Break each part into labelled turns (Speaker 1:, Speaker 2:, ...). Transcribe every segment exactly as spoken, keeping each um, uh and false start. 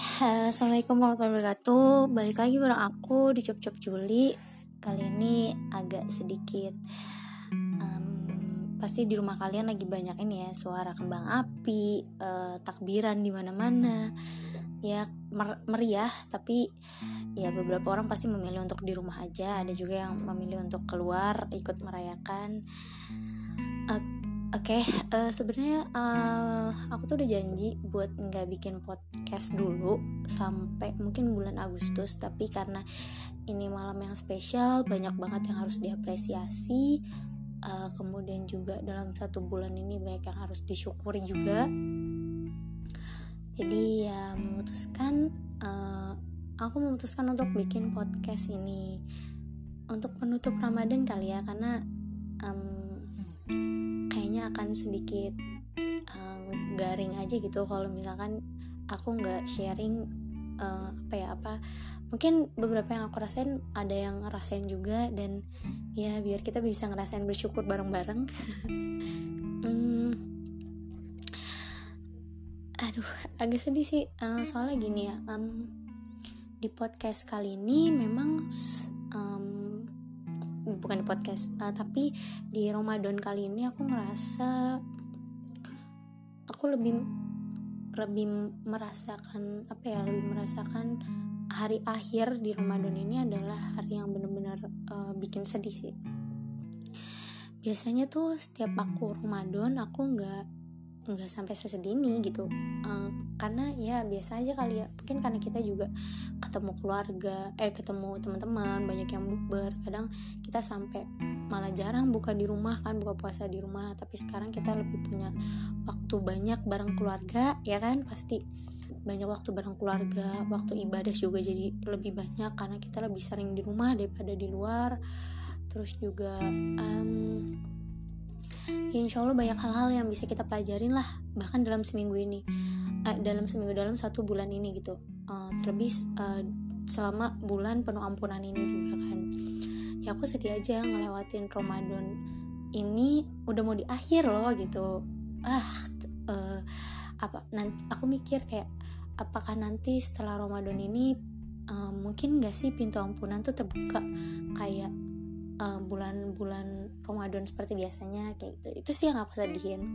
Speaker 1: Assalamualaikum warahmatullahi wabarakatuh. Balik lagi bareng aku di Cop Cop Juli. Kali ini agak sedikit um, pasti di rumah kalian lagi banyak ini ya, suara kembang api, uh, takbiran di mana-mana. Ya mer- meriah, tapi ya beberapa orang pasti memilih untuk di rumah aja. Ada juga yang memilih untuk keluar ikut merayakan. Uh, Oke, okay, uh, sebenarnya uh, aku tuh udah janji buat nggak bikin podcast dulu sampai mungkin bulan Agustus, tapi karena ini malam yang spesial, banyak banget yang harus diapresiasi. Uh, kemudian juga dalam satu bulan ini banyak yang harus disyukuri juga. Jadi ya memutuskan, uh, aku memutuskan untuk bikin podcast ini untuk penutup Ramadan kali ya, karena um, kayaknya akan sedikit um, garing aja gitu kalau misalkan aku nggak sharing uh, apa ya apa mungkin beberapa yang aku rasain ada yang ngerasain juga, dan ya biar kita bisa ngerasain bersyukur bareng-bareng. hmm, aduh agak sedih sih, uh, soalnya gini ya, um, di podcast kali ini memang um, bukan di podcast, uh, tapi di Ramadan kali ini aku ngerasa aku lebih lebih merasakan apa ya lebih merasakan hari akhir di Ramadan ini adalah hari yang benar-benar uh, bikin sedih sih. Biasanya tuh setiap aku Ramadan aku nggak nggak sampai sesedih ini gitu, uh, karena ya biasa aja kali ya, mungkin karena kita juga ketemu keluarga, eh ketemu teman-teman, banyak yang bukber, kadang kita sampai malah jarang buka di rumah kan, buka puasa di rumah. Tapi sekarang kita lebih punya waktu banyak bareng keluarga ya kan, pasti banyak waktu bareng keluarga, waktu ibadah juga jadi lebih banyak karena kita lebih sering di rumah daripada di luar. Terus juga um, ya insya Allah banyak hal-hal yang bisa kita pelajarin lah, bahkan dalam seminggu ini, eh, dalam seminggu dalam satu bulan ini gitu, uh, terlebih uh, selama bulan penuh ampunan ini juga kan. Ya aku sedih aja ngelewatin Ramadan ini udah mau di akhir loh gitu. Ah, uh, apa nanti aku mikir kayak apakah nanti setelah Ramadan ini uh, mungkin nggak sih pintu ampunan tuh terbuka kayak Uh, bulan-bulan Ramadan seperti biasanya kayak gitu. Itu sih yang aku sedihin.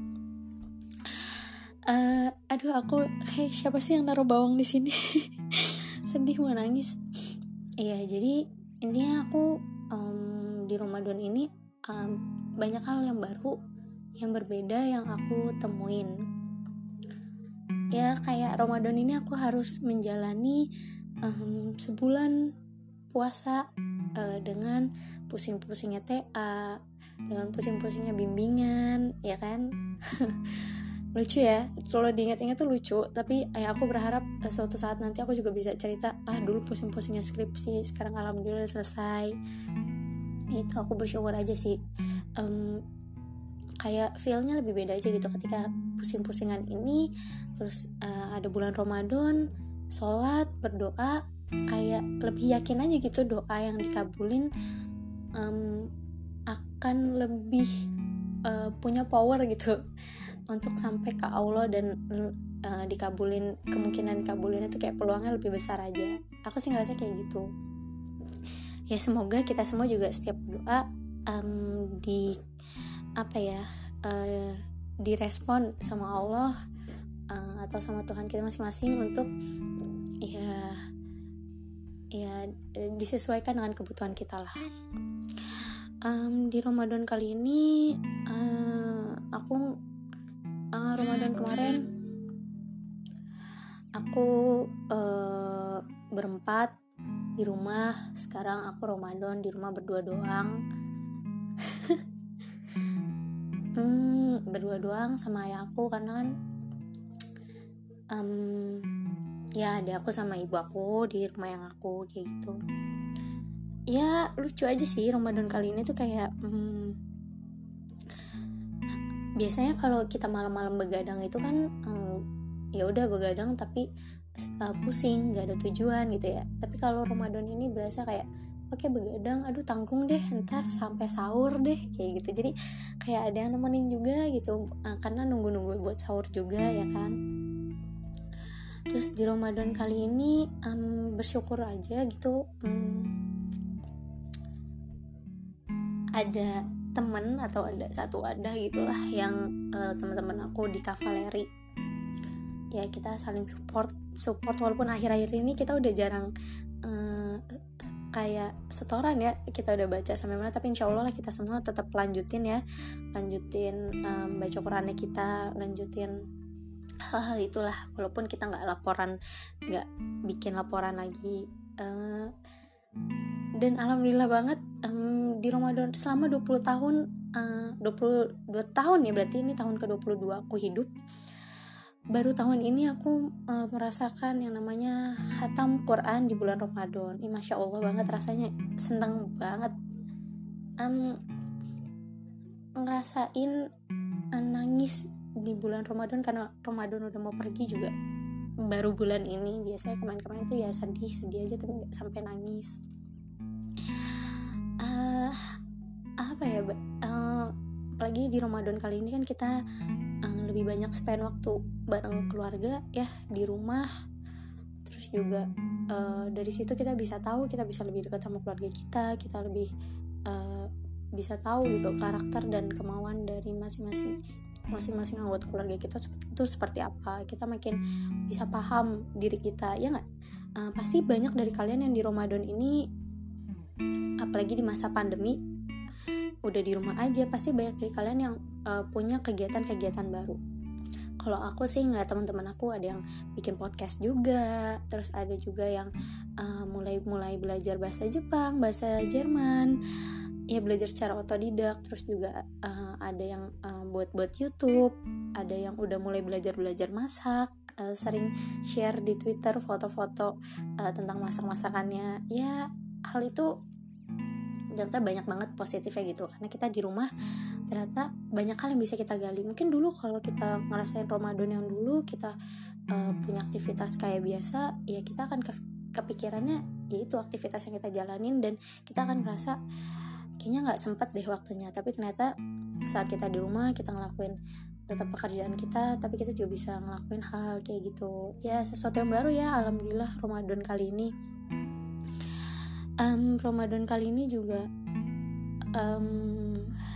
Speaker 1: Uh, aduh aku kayak siapa sih yang naruh bawang di sini? Sedih mau nangis. Iya, jadi intinya aku um, di Ramadan ini um, banyak hal yang baru, yang berbeda yang aku temuin. Ya kayak Ramadan ini aku harus menjalani um, sebulan puasa uh, dengan pusing-pusingnya T A, dengan pusing-pusingnya bimbingan, ya kan? Lucu ya, kalau diingat-ingat tuh lucu. Tapi ya aku berharap uh, suatu saat nanti aku juga bisa cerita, ah dulu pusing-pusingnya skripsi, sekarang alhamdulillah udah selesai. Itu aku bersyukur aja sih. Um, kayak feel-nya lebih beda aja gitu ketika pusing-pusingan ini, terus uh, ada bulan Ramadan, sholat, berdoa, kayak lebih yakin aja gitu doa yang dikabulin um, akan lebih uh, punya power gitu untuk sampai ke Allah, dan uh, dikabulin, kemungkinan dikabulin itu kayak peluangnya lebih besar aja. Aku sih ngerasa kayak gitu. Ya semoga kita semua juga setiap doa um, di apa ya uh, direspon sama Allah uh, atau sama Tuhan kita masing-masing untuk ya ya disesuaikan dengan kebutuhan kita lah. Um, di Ramadan kali ini uh, aku uh, Ramadan kemarin aku uh, berempat di rumah. Sekarang aku Ramadan di rumah berdua doang. hmm, berdua doang sama ayah aku, karena kan um, ya ada aku sama ibu aku di rumah yang aku kayak gitu. Ya lucu aja sih Ramadan kali ini tuh kayak hmm, biasanya kalau kita malam-malam begadang itu kan hmm, ya udah begadang tapi uh, pusing, nggak ada tujuan gitu ya. Tapi kalau Ramadan ini berasa kayak oke okay, begadang, aduh tanggung deh ntar sampai sahur deh kayak gitu. Jadi kayak ada yang nemenin juga gitu, uh, karena nunggu-nunggu buat sahur juga ya kan. Terus di Ramadan kali ini um, bersyukur aja gitu, um, ada temen atau ada satu wadah gitulah yang uh, teman-teman aku di Kavaleri. Ya kita saling support support walaupun akhir-akhir ini kita udah jarang uh, kayak setoran ya, kita udah baca sampai mana, tapi insya Allah lah kita semua tetap lanjutin ya, lanjutin um, baca Qurannya kita, lanjutin hal-hal itulah, walaupun kita nggak laporan, nggak bikin laporan lagi. Uh, dan alhamdulillah banget um, di Ramadan selama dua puluh tahun, uh, dua puluh dua tahun ya berarti ini tahun ke dua puluh dua aku hidup. Baru tahun ini aku uh, merasakan yang namanya khatam Quran di bulan Ramadan. Ini Masya Allah banget, rasanya senang banget. Um, ngerasain uh, nangis di bulan Ramadan karena Ramadan udah mau pergi juga. Baru bulan ini, biasanya kemarin-kemarin tuh ya sedih-sedih aja tapi gak sampai nangis. Uh, apa ya, uh, apalagi di Ramadan kali ini kan kita uh, lebih banyak spend waktu bareng keluarga ya di rumah. Terus juga uh, dari situ kita bisa tahu, kita bisa lebih dekat sama keluarga kita, kita lebih uh, bisa tahu gitu karakter dan kemauan dari masing-masing masing-masing anggota keluarga kita itu seperti apa. Kita makin bisa paham diri kita, ya nggak? Uh, pasti banyak dari kalian yang di Ramadan ini, apalagi di masa pandemi, udah di rumah aja, pasti banyak dari kalian yang uh, punya kegiatan-kegiatan baru. Kalau aku sih ngeliat teman-teman aku ada yang bikin podcast juga, terus ada juga yang uh, mulai-mulai belajar bahasa Jepang, bahasa Jerman, ya belajar secara otodidak. Terus juga uh, ada yang uh, buat-buat YouTube, ada yang udah mulai belajar-belajar masak, uh, sering share di Twitter foto-foto uh, tentang masak-masakannya. Ya hal itu ternyata banyak banget positifnya gitu, karena kita di rumah ternyata banyak hal yang bisa kita gali. Mungkin dulu kalau kita ngerasain Ramadan yang dulu kita uh, punya aktivitas kayak biasa, ya kita akan ke- kepikirannya yaitu aktivitas yang kita jalanin, dan kita akan ngerasa kayaknya nggak sempet deh waktunya. Tapi ternyata saat kita di rumah kita ngelakuin tetap pekerjaan kita, tapi kita juga bisa ngelakuin hal kayak gitu. Ya sesuatu yang baru ya, alhamdulillah Ramadan kali ini. Um, Ramadan kali ini juga um,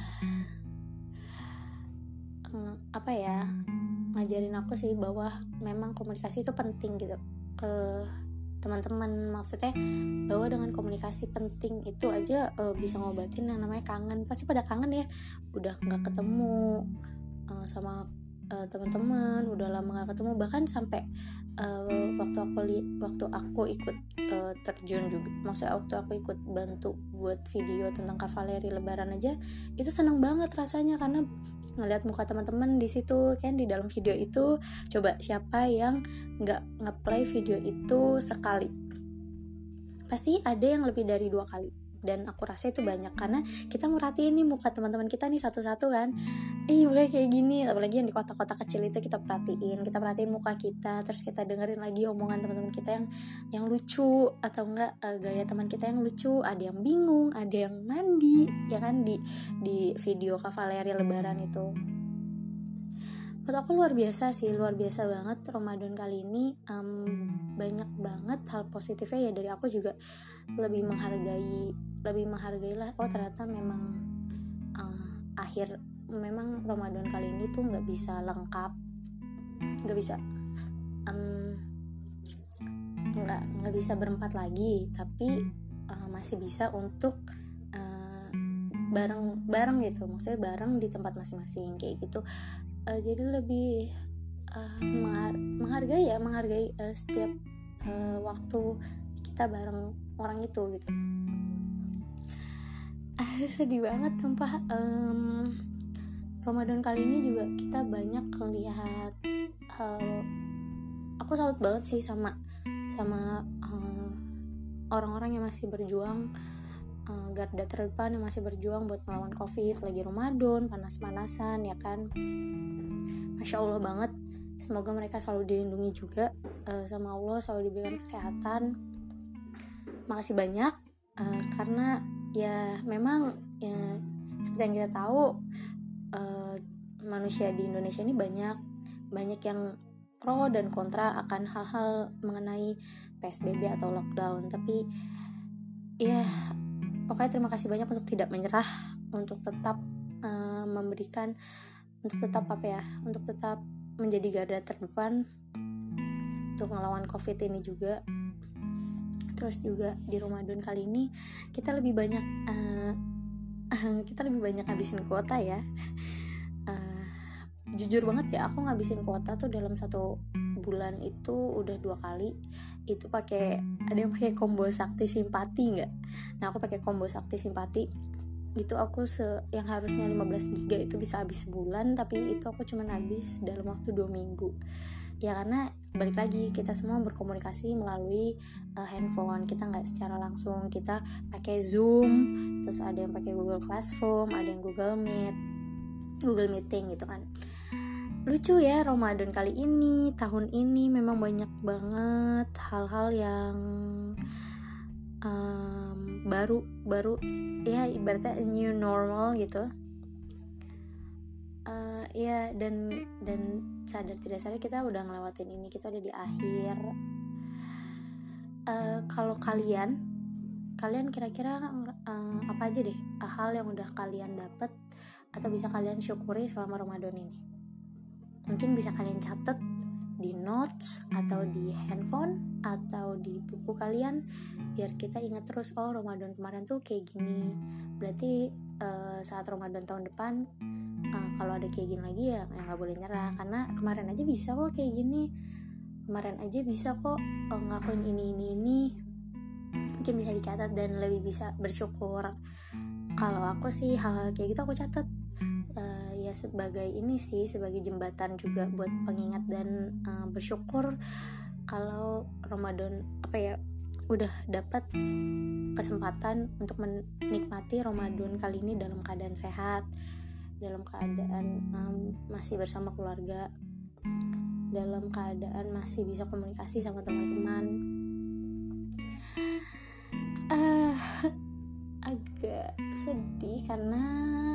Speaker 1: um, apa ya, ngajarin aku sih bahwa memang komunikasi itu penting gitu ke teman-teman. Maksudnya bahwa dengan komunikasi penting itu aja uh, bisa ngobatin yang namanya kangen. Pasti pada kangen ya, udah nggak ketemu uh, sama uh, teman-teman, udah lama nggak ketemu. Bahkan sampai uh, waktu aku li- waktu aku ikut uh, terjun juga, maksudnya waktu aku ikut bantu buat video tentang Kavaleri Lebaran aja, itu seneng banget rasanya karena ngeliat muka teman-teman di situ kan di dalam video itu. Coba siapa yang nggak ngeplay video itu sekali? Pasti ada yang lebih dari dua kali. Dan aku rasa itu banyak karena kita merhatiin nih muka teman-teman kita nih satu-satu kan. Eh mukanya kayak gini, apalagi yang di kota-kota kecil itu kita perhatiin, kita perhatiin muka kita, terus kita dengerin lagi omongan teman-teman kita yang yang lucu atau enggak uh, gaya teman kita yang lucu, ada yang bingung, ada yang mandi, ya kan di di video Kavaleri Lebaran itu. Menurut aku luar biasa sih, luar biasa banget Ramadan kali ini. Um, banyak banget hal positifnya ya. Dari aku juga lebih menghargai, lebih menghargai lah. Oh ternyata memang uh, akhir, memang Ramadan kali ini tuh nggak bisa lengkap, nggak bisa, um, nggak nggak bisa berempat lagi, tapi uh, masih bisa untuk uh, bareng bareng gitu, maksudnya bareng di tempat masing-masing kayak gitu. Uh, jadi lebih uh, menghar- menghargai ya menghargai uh, setiap uh, waktu kita bareng orang itu gitu. Ah, sedih banget sumpah. um, Ramadan kali ini juga kita banyak lihat uh, aku salut banget sih sama sama uh, orang-orang yang masih berjuang, uh, garda terdepan yang masih berjuang buat melawan COVID lagi Ramadan, panas-panasan ya kan. Masya Allah banget. Semoga mereka selalu dilindungi juga uh, sama Allah, selalu diberikan kesehatan. Makasih banyak uh, karena ya memang ya, seperti yang kita tahu uh, manusia di Indonesia ini banyak banyak yang pro dan kontra akan hal-hal mengenai P S B B atau lockdown. Tapi ya pokoknya terima kasih banyak untuk tidak menyerah, untuk tetap uh, memberikan, untuk tetap apa ya, untuk tetap menjadi garda terdepan untuk ngelawan COVID ini juga. Terus juga di Ramadan kali ini kita lebih banyak uh, kita lebih banyak habisin kuota ya. uh, jujur banget ya, aku ngabisin kuota tuh dalam satu bulan itu udah dua kali. Itu pakai, ada yang pakai combo sakti simpati nggak? Nah aku pakai combo sakti simpati. Itu aku se yang harusnya lima belas giga itu bisa habis sebulan, tapi itu aku cuman habis dalam waktu dua minggu. Ya karena balik lagi kita semua berkomunikasi melalui uh, handphone, kita nggak secara langsung, kita pakai Zoom, terus ada yang pakai Google Classroom, ada yang Google Meet, Google Meeting gitu kan. Lucu ya, Ramadan kali ini, tahun ini memang banyak banget hal-hal yang um, baru baru ya, ibaratnya new normal gitu. Uh, ya dan dan sadar tidak sadar kita udah ngelewatin ini, kita udah di akhir. Uh, kalau kalian kalian kira-kira uh, apa aja deh hal yang udah kalian dapat atau bisa kalian syukuri selama Ramadan ini? Mungkin bisa kalian catat di notes atau di handphone atau di buku kalian, biar kita ingat terus, oh Ramadan kemarin tuh kayak gini. Berarti uh, saat Ramadan tahun depan uh, kalau ada kayak gini lagi ya nggak boleh nyerah, karena kemarin aja bisa kok kayak gini, kemarin aja bisa kok uh, ngelakuin ini ini ini. Mungkin bisa dicatat dan lebih bisa bersyukur. Kalau aku sih hal-hal kayak gitu aku catat. Ya sebagai ini sih, sebagai jembatan juga buat pengingat dan uh, bersyukur kalau Ramadan apa ya udah dapat kesempatan untuk menikmati Ramadan kali ini dalam keadaan sehat, dalam keadaan um, masih bersama keluarga, dalam keadaan masih bisa komunikasi sama teman-teman. Uh, agak sedih karena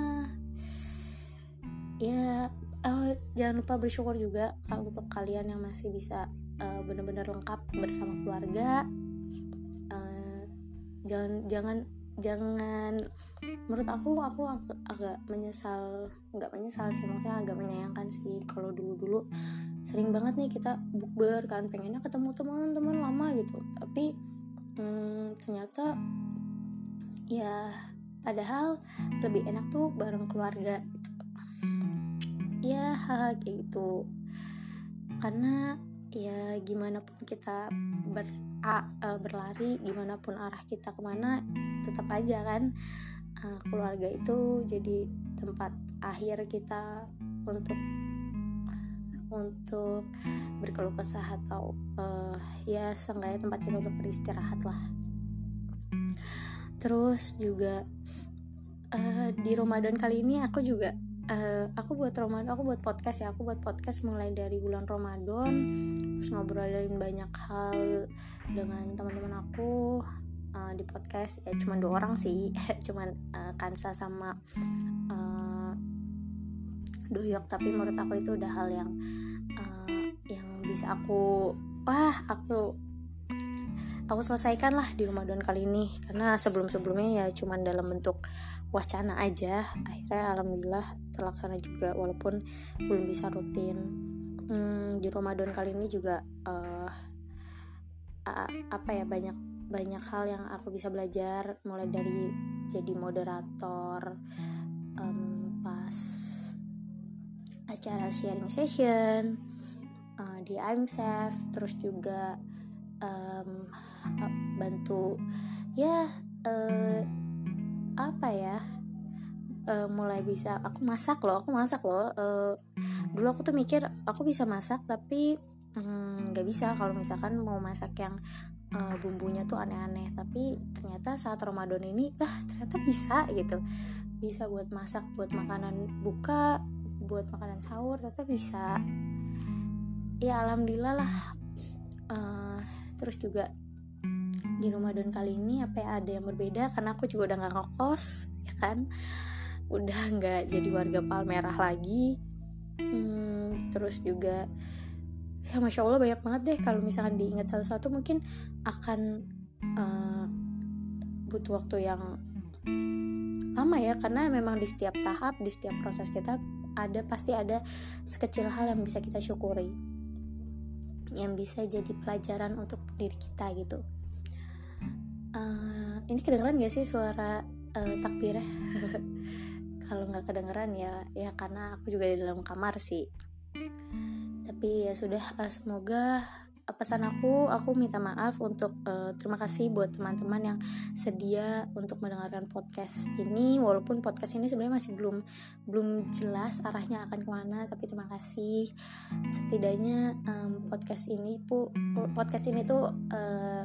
Speaker 1: ya uh, jangan lupa bersyukur juga kalau untuk kalian yang masih bisa uh, benar-benar lengkap bersama keluarga. Uh, jangan jangan jangan menurut aku aku ag- agak menyesal, nggak menyesal sih, maksudnya agak menyayangkan sih kalau dulu-dulu sering banget nih kita bukber kan, pengennya ketemu teman-teman lama gitu, tapi hmm, ternyata ya padahal lebih enak tuh bareng keluarga gitu. Ya kayak gitu, karena ya gimana pun kita ber, a, uh, berlari, gimana pun arah kita kemana, tetap aja kan uh, keluarga itu jadi tempat akhir kita untuk untuk berkeluh kesah atau uh, ya seenggaknya tempat kita untuk beristirahat lah. Terus juga uh, di Ramadan kali ini aku juga Uh, aku buat Ramadan, aku buat podcast ya, aku buat podcast mulai dari bulan Ramadan, terus ngobrolin banyak hal dengan teman-teman aku uh, di podcast. Ya cuma dua orang sih, cuman uh, Kansa sama uh, Doyok, tapi menurut aku itu udah hal yang uh, yang bisa aku wah aku aku selesaikan lah di Ramadan kali ini, karena sebelum-sebelumnya ya cuman dalam bentuk wacana aja. Akhirnya alhamdulillah terlaksana juga walaupun belum bisa rutin. hmm, di Ramadan kali ini juga uh, uh, apa ya banyak banyak hal yang aku bisa belajar, mulai dari jadi moderator um, pas acara sharing session uh, di I M S E F, terus juga um, bantu ya uh, apa ya uh, mulai bisa aku masak loh aku masak loh uh, dulu aku tuh mikir aku bisa masak, tapi nggak um, bisa kalau misalkan mau masak yang uh, bumbunya tuh aneh-aneh. Tapi ternyata saat Ramadan ini ah ternyata bisa gitu, bisa buat masak, buat makanan buka, buat makanan sahur, ternyata bisa. Ya alhamdulillah lah. uh, terus juga di Ramadan kali ini apa ya ada yang berbeda, karena aku juga udah nggak ngekos ya kan, udah nggak jadi warga Palmerah lagi. hmm, terus juga ya masya Allah banyak banget deh. Kalau misalkan diingat satu-satu mungkin akan uh, butuh waktu yang lama ya, karena memang di setiap tahap, di setiap proses kita ada pasti ada sekecil hal yang bisa kita syukuri, yang bisa jadi pelajaran untuk diri kita gitu. Uh, ini kedengeran gak sih suara uh, takbirnya? Kalau nggak kedengeran ya ya karena aku juga di dalam kamar sih. Tapi ya sudah, uh, semoga uh, pesan aku aku minta maaf untuk uh, terima kasih buat teman-teman yang sedia untuk mendengarkan podcast ini, walaupun podcast ini sebenarnya masih belum belum jelas arahnya akan kemana, tapi terima kasih. Setidaknya um, podcast ini pu podcast ini tuh uh,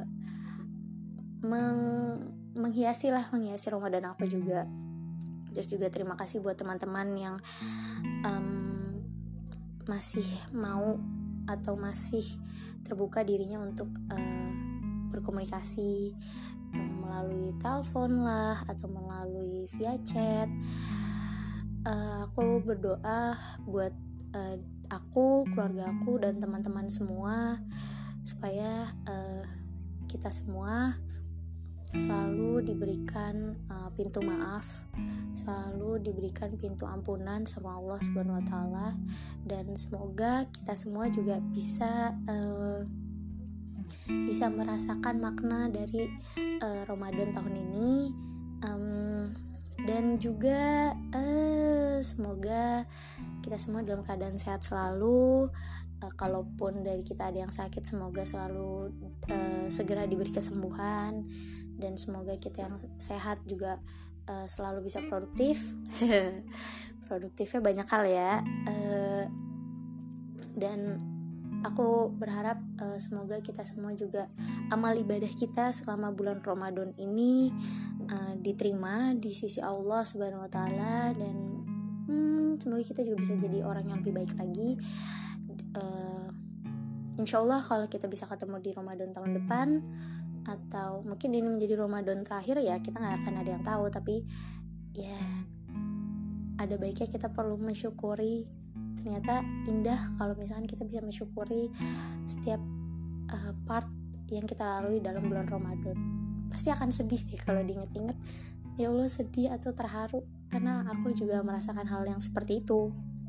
Speaker 1: meng, menghiasi lah menghiasi Ramadan aku juga. Terus juga terima kasih buat teman-teman yang um, masih mau atau masih terbuka dirinya untuk uh, berkomunikasi melalui telepon lah atau melalui via chat. Uh, aku berdoa buat uh, aku, keluarga aku dan teman-teman semua supaya uh, kita semua selalu diberikan uh, pintu maaf, selalu diberikan pintu ampunan sama Allah Subhanahu wa taala, dan semoga kita semua juga bisa uh, bisa merasakan makna dari uh, Ramadan tahun ini, um, dan juga uh, semoga kita semua dalam keadaan sehat selalu. Uh, kalaupun dari kita ada yang sakit, semoga selalu uh, segera diberi kesembuhan, dan semoga kita yang sehat juga uh, selalu bisa produktif. Produktifnya banyak hal ya. Uh, dan aku berharap uh, semoga kita semua juga amal ibadah kita selama bulan Ramadan ini uh, diterima di sisi Allah Subhanahu wa taala, dan hmm, semoga kita juga bisa jadi orang yang lebih baik lagi. Uh, Insyaallah kalau kita bisa ketemu di Ramadan tahun depan, atau mungkin ini menjadi Ramadan terakhir ya, kita gak akan ada yang tahu. Tapi ya ada baiknya kita perlu mensyukuri. Ternyata indah kalau misalkan kita bisa mensyukuri setiap uh, part yang kita lalui dalam bulan Ramadan. Pasti akan sedih deh kalau diinget-inget, ya Allah sedih atau terharu, karena aku juga merasakan hal yang seperti itu.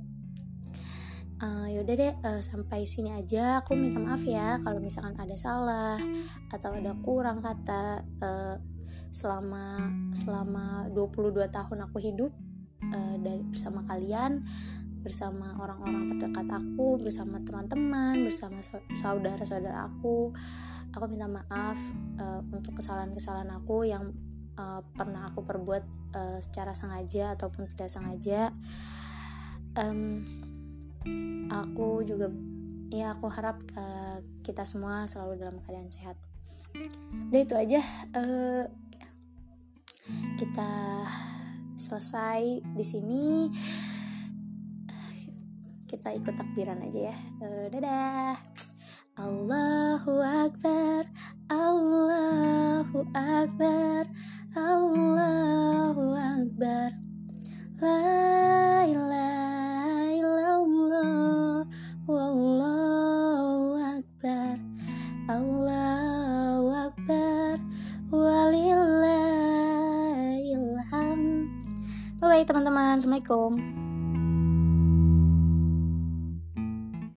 Speaker 1: Uh, yaudah deh, uh, sampai sini aja. Aku minta maaf ya kalau misalkan ada salah atau ada kurang kata uh, selama selama dua puluh dua tahun aku hidup uh, dari bersama kalian, bersama orang-orang terdekat aku, bersama teman-teman, bersama saudara-saudara aku. Aku minta maaf uh, untuk kesalahan-kesalahan aku yang uh, pernah aku perbuat uh, secara sengaja ataupun tidak sengaja. Um, Aku juga, ya aku harap uh, kita semua selalu dalam keadaan sehat. Udah itu aja, uh, kita selesai di sini. Kita ikut takbiran aja ya. Uh, dadah. Allahu Akbar, Allahu Akbar, Allahu Akbar. La ilaha illallah, wallahu akbar, Allahu akbar, walillahil hamd. Bye bye teman-teman, assalamualaikum.